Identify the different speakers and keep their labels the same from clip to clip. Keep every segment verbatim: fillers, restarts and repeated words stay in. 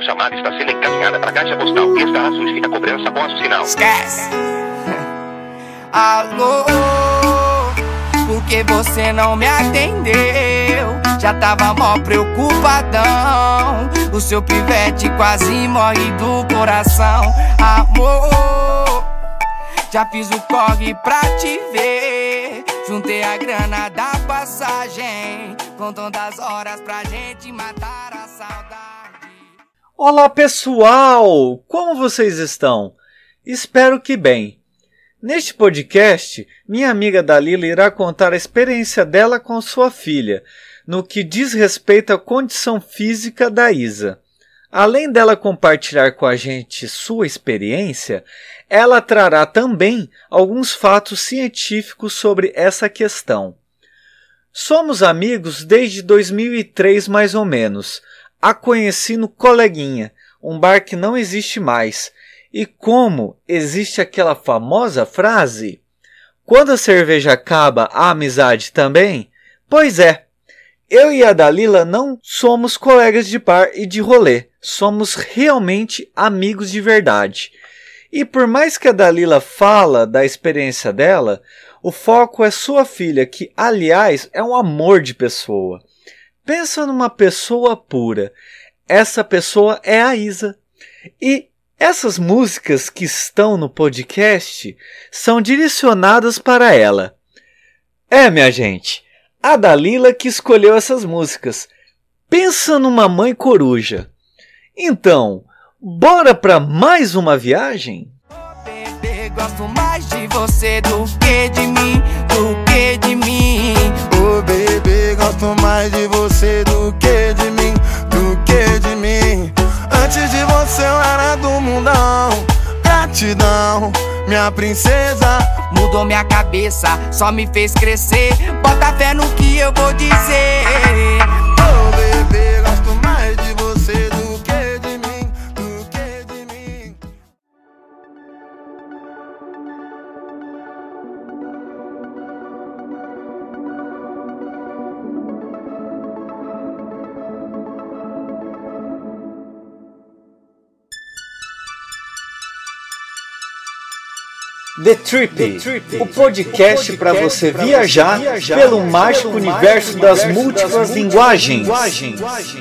Speaker 1: chamada está sendo encaminhada para a caixa postal e estará sujeita a cobrança após o sinal.
Speaker 2: Esquece! Alô, por que você não me atendeu? Já tava mó preocupadão. O seu pivete quase morre do coração. Amor, já fiz o corre pra te ver. Juntei a grana da passagem, contando as horas pra gente matar a saudade.
Speaker 3: Olá pessoal, como vocês estão? Espero que bem. Neste podcast, minha amiga Dalila irá contar a experiência dela com sua filha, no que diz respeito à condição física da Isa. Além dela compartilhar com a gente sua experiência, ela trará também alguns fatos científicos sobre essa questão. Somos amigos desde dois mil e três mais ou menos. A conheci no Coleguinha, um bar que não existe mais. E como existe aquela famosa frase, quando a cerveja acaba, a amizade também? Pois é, eu e a Dalila não somos colegas de bar e de rolê, somos realmente amigos de verdade. E por mais que a Dalila fala da experiência dela, o foco é sua filha, que aliás é um amor de pessoa. Pensa numa pessoa pura, essa pessoa é a Isa. E essas músicas que estão no podcast são direcionadas para ela. É, minha gente, a Dalila que escolheu essas músicas. Pensa numa mãe coruja. Então, bora para mais uma viagem?
Speaker 2: Oh, bebê, gosto mais de você do que de mim, do que de mim.
Speaker 4: Oh, bebê, gosto mais de você do que de mim, do que de mim. Antes de você eu era do mundão. Gratidão, minha princesa.
Speaker 2: Mudou minha cabeça, só me fez crescer. Bota fé no que eu vou dizer.
Speaker 4: Oh, bebê, gosto mais de você do que de mim, do que de mim.
Speaker 3: The Trip, The Trip, o podcast para você viajar, viajar pelo viajar, mágico pelo universo, universo das múltiplas das linguagens. linguagens.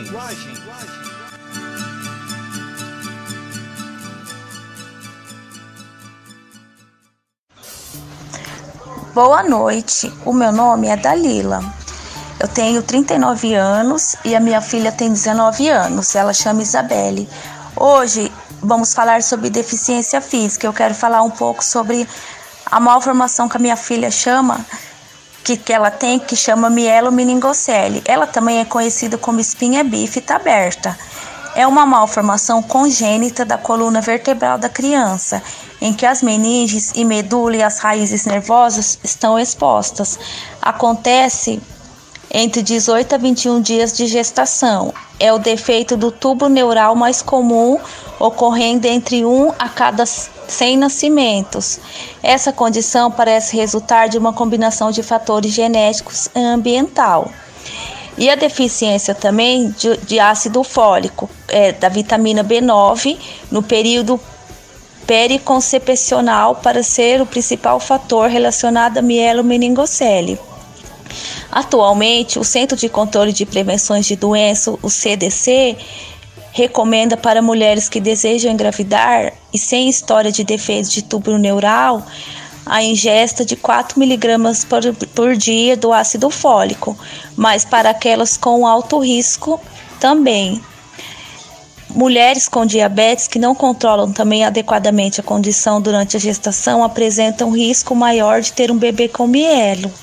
Speaker 5: Boa noite, o meu nome é Dalila. Eu tenho trinta e nove anos e a minha filha tem dezenove anos, ela chama Isabelle. Hoje vamos falar sobre deficiência física. Eu quero falar um pouco sobre a malformação que a minha filha chama, que, que ela tem, que chama mielomeningocele. Ela também é conhecida como espinha bífida aberta. É uma malformação congênita da coluna vertebral da criança, em que as meninges e medula e as raízes nervosas estão expostas. Acontece entre dezoito a vinte e um dias de gestação. É o defeito do tubo neural mais comum, ocorrendo entre um a cada cem nascimentos. Essa condição parece resultar de uma combinação de fatores genéticos e ambiental. E a deficiência também de, de ácido fólico, é, da vitamina B nove, no período periconcepcional, para ser o principal fator relacionado à mielomeningocele. Atualmente, o Centro de Controle de Prevenções de Doenças, o C D C, recomenda para mulheres que desejam engravidar e sem história de defeito de tubo neural a ingesta de quatro miligramas por, por dia do ácido fólico, mas para aquelas com alto risco também. Mulheres com diabetes que não controlam também adequadamente a condição durante a gestação apresentam risco maior de ter um bebê com mielo.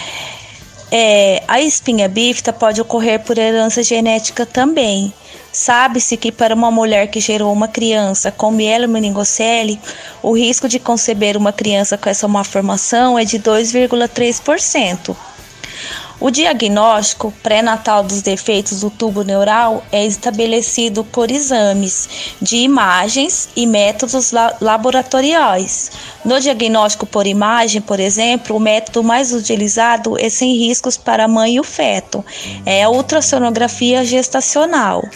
Speaker 5: É, a espinha bífida pode ocorrer por herança genética também. Sabe-se que para uma mulher que gerou uma criança com mielomeningocele, o risco de conceber uma criança com essa malformação é de dois vírgula três por cento. O diagnóstico pré-natal dos defeitos do tubo neural é estabelecido por exames de imagens e métodos laboratoriais. No diagnóstico por imagem, por exemplo, o método mais utilizado é sem riscos para a mãe e o feto, é a ultrassonografia gestacional.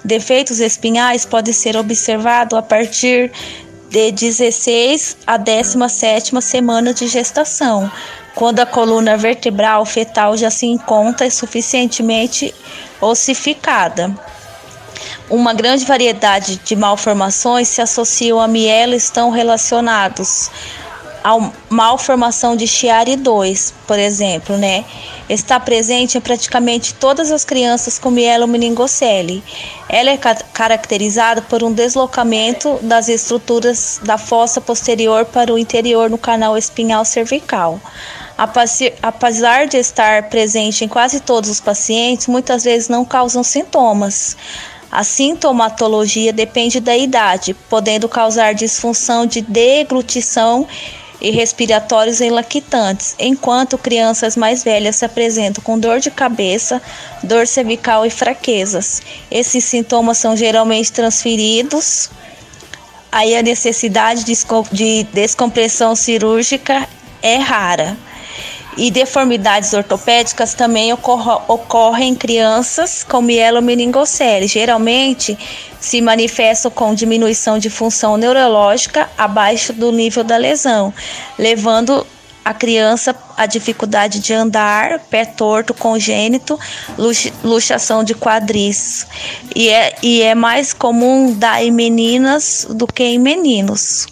Speaker 5: Defeitos espinhais podem ser observados a partir de dezesseis a décima sétima semana de gestação, quando a coluna vertebral fetal já se encontra suficientemente ossificada. Uma grande variedade de malformações se associam a mielo e estão relacionados a malformação de Chiari dois, por exemplo, né? Está presente em praticamente todas as crianças com mielomeningocele. Ela é ca- caracterizada por um deslocamento das estruturas da fossa posterior para o interior no canal espinhal cervical. Apesar de estar presente em quase todos os pacientes, muitas vezes não causam sintomas. A sintomatologia depende da idade, podendo causar disfunção de deglutição e respiratórios em lactantes, enquanto crianças mais velhas se apresentam com dor de cabeça, dor cervical e fraquezas. Esses sintomas são geralmente transferidos, aí a necessidade de descompressão cirúrgica é rara. E deformidades ortopédicas também ocorre, ocorrem em crianças com mielomeningocele. Geralmente se manifestam com diminuição de função neurológica abaixo do nível da lesão, levando a criança à dificuldade de andar, pé torto congênito, luxação de quadris. E é, e é mais comum dar em meninas do que em meninos.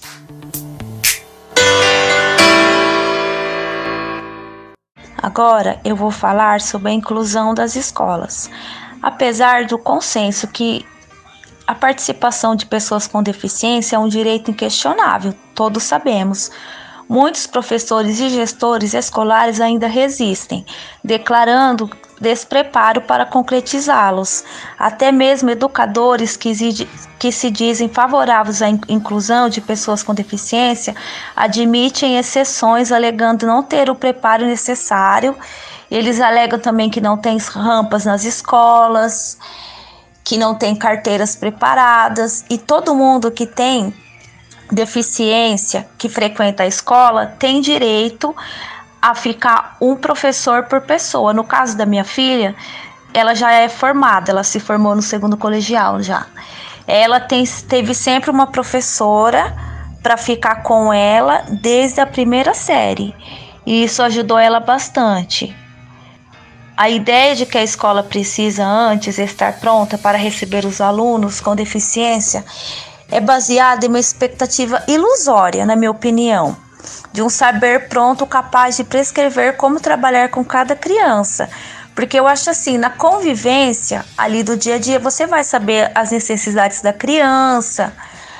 Speaker 5: Agora eu vou falar sobre a inclusão das escolas. Apesar do consenso que a participação de pessoas com deficiência é um direito inquestionável, todos sabemos, muitos professores e gestores escolares ainda resistem, declarando despreparo para concretizá-los. Até mesmo educadores que, que se dizem favoráveis à inclusão de pessoas com deficiência admitem exceções, alegando não ter o preparo necessário. Eles alegam também que não tem rampas nas escolas, que não tem carteiras preparadas, e todo mundo que tem deficiência, que frequenta a escola, tem direito a ficar um professor por pessoa. No caso da minha filha, ela já é formada, ela se formou no segundo colegial já. Ela tem, teve sempre uma professora para ficar com ela desde a primeira série, e isso ajudou ela bastante. A ideia de que a escola precisa antes estar pronta para receber os alunos com deficiência é baseada em uma expectativa ilusória, na minha opinião, de um saber pronto capaz de prescrever como trabalhar com cada criança. Porque eu acho assim, na convivência ali do dia a dia, você vai saber as necessidades da criança,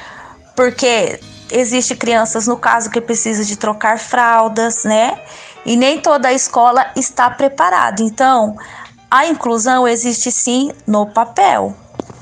Speaker 5: porque existem crianças, no caso, que precisam de trocar fraldas, né? E nem toda a escola está preparada. Então, a inclusão existe sim no papel,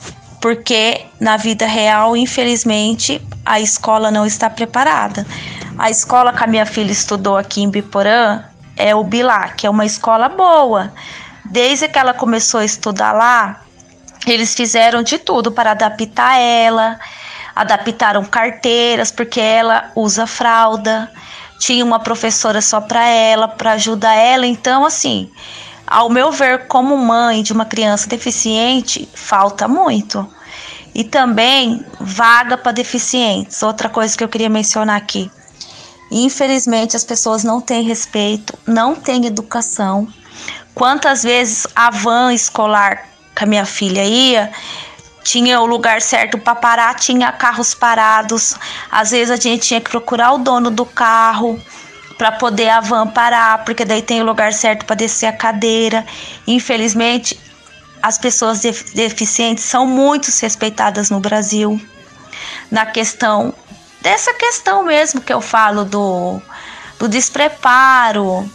Speaker 5: porque na vida real, infelizmente, a escola não está preparada. A escola que a minha filha estudou aqui em Biporã é o Bilac, que é uma escola boa. Desde que ela começou a estudar lá, eles fizeram de tudo para adaptar ela, adaptaram carteiras, porque ela usa fralda, tinha uma professora só para ela, para ajudar ela. Então, assim, ao meu ver, como mãe de uma criança deficiente, falta muito. E também vaga para deficientes, outra coisa que eu queria mencionar aqui. Infelizmente, as pessoas não têm respeito, não têm educação. Quantas vezes a van escolar que a minha filha ia, tinha o lugar certo para parar, tinha carros parados. Às vezes a gente tinha que procurar o dono do carro para poder a van parar, porque daí tem o lugar certo para descer a cadeira. Infelizmente, as pessoas def- deficientes são muito respeitadas no Brasil. Na questão, dessa questão mesmo que eu falo do, do despreparo,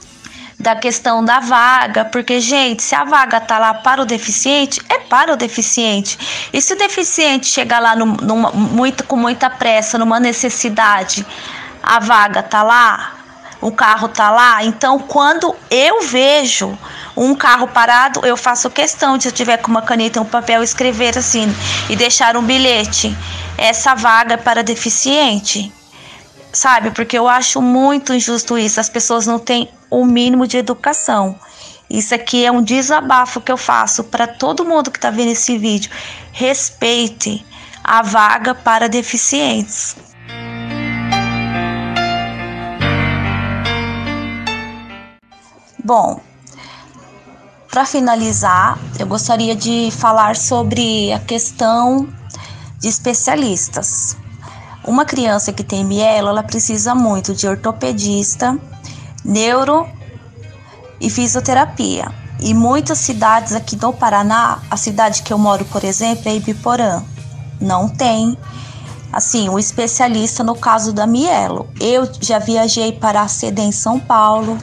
Speaker 5: da questão da vaga, porque, gente, se a vaga tá lá para o deficiente, é para o deficiente. E se o deficiente chegar lá num, numa, muito, com muita pressa, numa necessidade, a vaga tá lá, o carro tá lá, então quando eu vejo um carro parado, eu faço questão de, se eu tiver com uma caneta e um papel, escrever assim, e deixar um bilhete: essa vaga é para deficiente. Sabe, porque eu acho muito injusto isso. As pessoas não têm o mínimo de educação. Isso aqui é um desabafo que eu faço para todo mundo que está vendo esse vídeo. Respeite a vaga para deficientes. Bom, para finalizar, eu gostaria de falar sobre a questão de especialistas. Uma criança que tem mielo, ela precisa muito de ortopedista, neuro e fisioterapia. E muitas cidades aqui no Paraná, a cidade que eu moro, por exemplo, é Ibiporã, não tem, assim, um especialista no caso da mielo. Eu já viajei para a C D em São Paulo,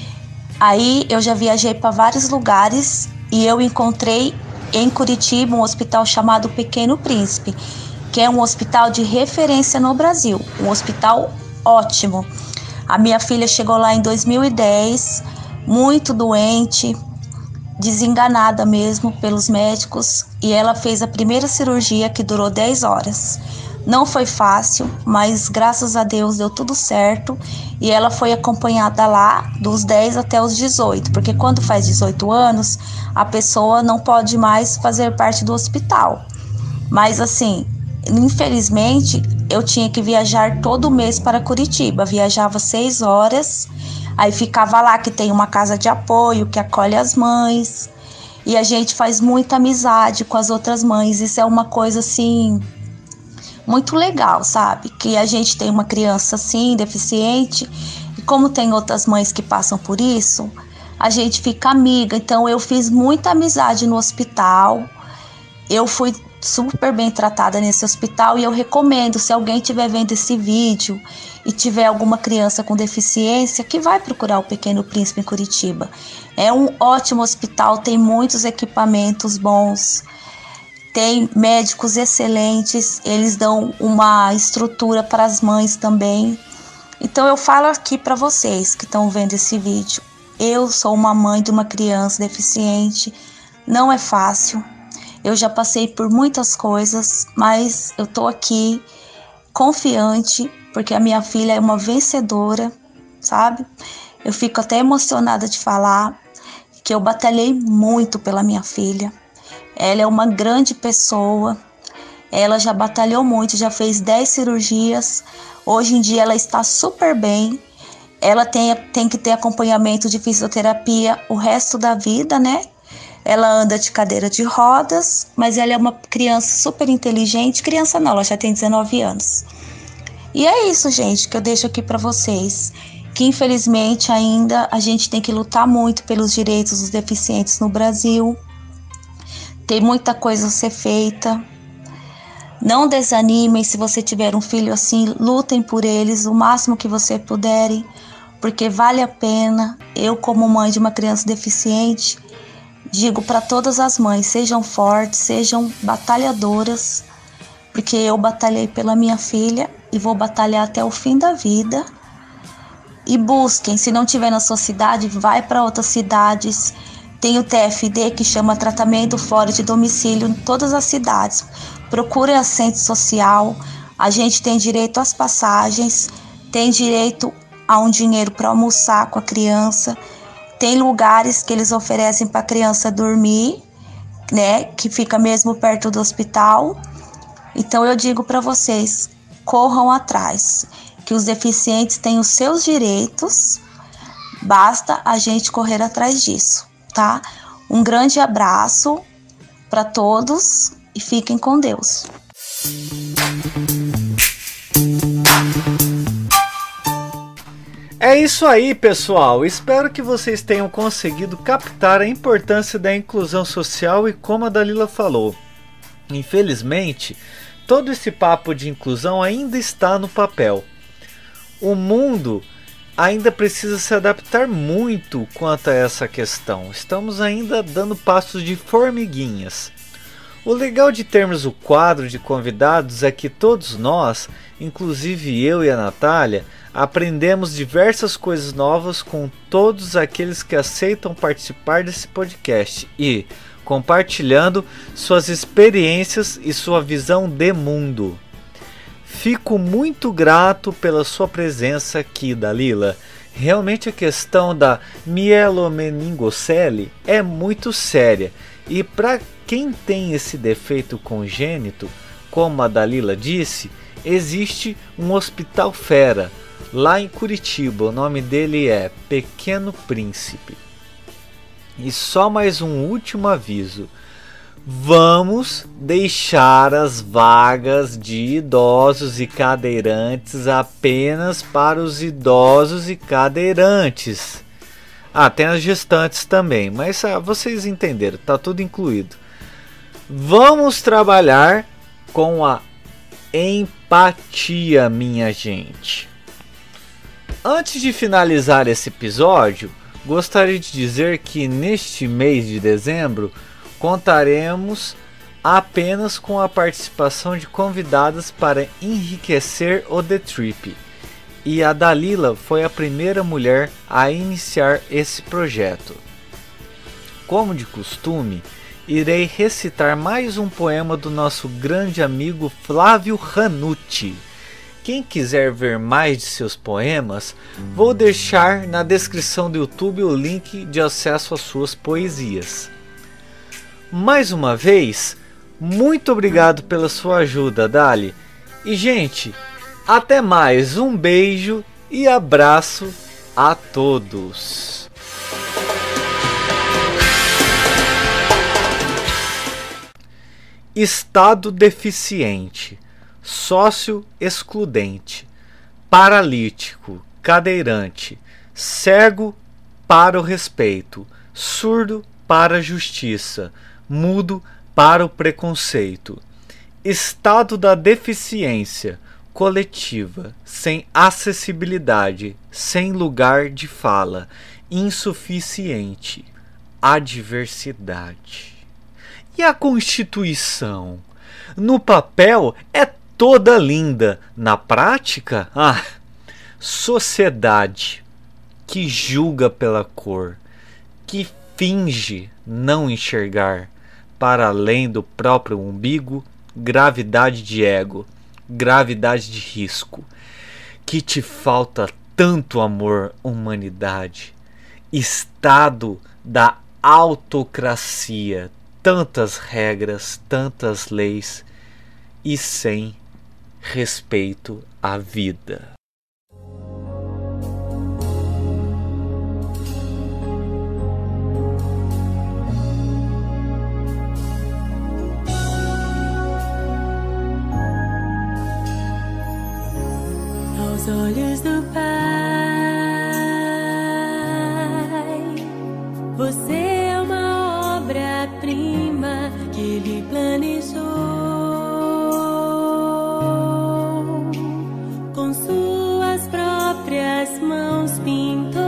Speaker 5: aí eu já viajei para vários lugares e eu encontrei em Curitiba um hospital chamado Pequeno Príncipe, que é um hospital de referência no Brasil, um hospital ótimo. A minha filha chegou lá em dois mil e dez, muito doente, desenganada mesmo pelos médicos, e ela fez a primeira cirurgia que durou dez horas. Não foi fácil, mas graças a Deus deu tudo certo e ela foi acompanhada lá dos dez até os dezoito, porque quando faz dezoito anos, a pessoa não pode mais fazer parte do hospital. Mas assim, infelizmente, eu tinha que viajar todo mês para Curitiba, viajava seis horas, aí ficava lá, que tem uma casa de apoio, que acolhe as mães, e a gente faz muita amizade com as outras mães. Isso é uma coisa assim, muito legal, sabe? Que a gente tem uma criança assim, deficiente, e como tem outras mães que passam por isso, a gente fica amiga. Então eu fiz muita amizade no hospital, eu fui super bem tratada nesse hospital e eu recomendo, se alguém estiver vendo esse vídeo e tiver alguma criança com deficiência, que vai procurar o Pequeno Príncipe em Curitiba. É um ótimo hospital, tem muitos equipamentos bons, tem médicos excelentes, eles dão uma estrutura para as mães também. Então eu falo aqui para vocês que estão vendo esse vídeo, eu sou uma mãe de uma criança deficiente, não é fácil. Eu já passei por muitas coisas, mas eu tô aqui confiante, porque a minha filha é uma vencedora, sabe? Eu fico até emocionada de falar que eu batalhei muito pela minha filha. Ela é uma grande pessoa, ela já batalhou muito, já fez dez cirurgias, hoje em dia ela está super bem. Ela tem, tem que ter acompanhamento de fisioterapia o resto da vida, né? Ela anda de cadeira de rodas, mas ela é uma criança super inteligente. Criança não, ela já tem dezenove anos. E é isso, gente, que eu deixo aqui para vocês. Que infelizmente ainda a gente tem que lutar muito pelos direitos dos deficientes no Brasil. Tem muita coisa a ser feita. Não desanimem, se você tiver um filho assim, lutem por eles o máximo que você puderem, porque vale a pena. Eu, como mãe de uma criança deficiente, digo para todas as mães, sejam fortes, sejam batalhadoras, porque eu batalhei pela minha filha e vou batalhar até o fim da vida. E busquem, se não tiver na sua cidade, vai para outras cidades. Tem o T F D, que chama Tratamento Fora de Domicílio, em todas as cidades. Procure assistente social, a gente tem direito às passagens, tem direito a um dinheiro para almoçar com a criança. Tem lugares que eles oferecem para a criança dormir, né, que fica mesmo perto do hospital. Então eu digo para vocês, corram atrás, que os deficientes têm os seus direitos, basta a gente correr atrás disso, tá? Um grande abraço para todos e fiquem com Deus.
Speaker 3: É isso aí, pessoal. Espero que vocês tenham conseguido captar a importância da inclusão social e como a Dalila falou. Infelizmente, todo esse papo de inclusão ainda está no papel. O mundo ainda precisa se adaptar muito quanto a essa questão. Estamos ainda dando passos de formiguinhas. O legal de termos o quadro de convidados é que todos nós, inclusive eu e a Natália, aprendemos diversas coisas novas com todos aqueles que aceitam participar desse podcast e compartilhando suas experiências e sua visão de mundo. Fico muito grato pela sua presença aqui, Dalila, Realmente a questão da mielomeningocele é muito séria. E para quem tem esse defeito congênito, como a Dalila disse, existe um hospital fera lá em Curitiba. O nome dele é Pequeno Príncipe. E só mais um último aviso. Vamos deixar as vagas de idosos e cadeirantes apenas para os idosos e cadeirantes. Ah, tem as gestantes também, mas ah, vocês entenderam, tá tudo incluído. Vamos trabalhar com a empatia, minha gente. Antes de finalizar esse episódio, gostaria de dizer que neste mês de dezembro contaremos apenas com a participação de convidadas para enriquecer o The Trip. E a Dalila foi a primeira mulher a iniciar esse projeto. Como de costume, irei recitar mais um poema do nosso grande amigo Flávio Ranucci. Quem quiser ver mais de seus poemas, vou deixar na descrição do YouTube o link de acesso às suas poesias. Mais uma vez, muito obrigado pela sua ajuda, Dali. E, gente, até mais. Um beijo e abraço a todos. Estado deficiente, sócio excludente, paralítico, cadeirante, cego para o respeito, surdo para a justiça, mudo para o preconceito. Estado da deficiência coletiva, sem acessibilidade, sem lugar de fala, insuficiente, adversidade. E a Constituição? No papel é toda linda, na prática, ah, sociedade que julga pela cor, que finge não enxergar, para além do próprio umbigo, gravidade de ego, gravidade de risco, que te falta tanto amor, humanidade, estado da autocracia, tantas regras, tantas leis e sem respeito à vida.
Speaker 6: Aos olhos do Pai, você é uma obra-prima que Ele planejou. Com suas próprias mãos pintou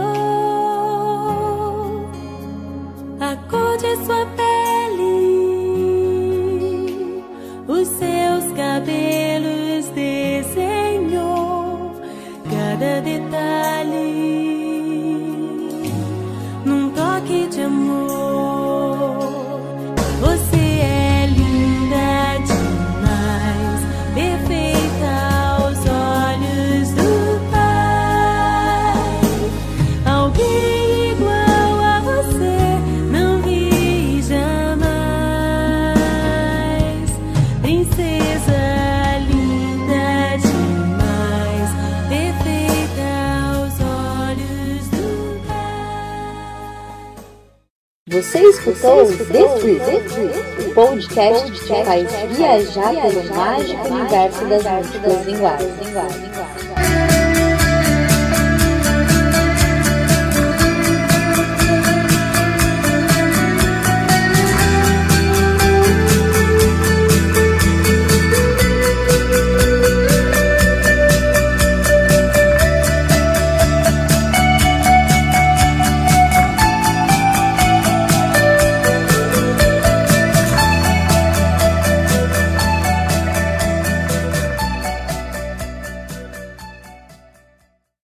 Speaker 6: a cor de sua pele, os seus cabelos desenhou cada detalhe num toque de amor. Você é linda demais, perfeita aos olhos do Pai. Alguém igual a você não vi jamais. Princesa linda demais, perfeita aos olhos do Pai.
Speaker 7: Você escutou The Trip, o podcast que te faz viajar pelo mágico universo das múltiplas linguagens.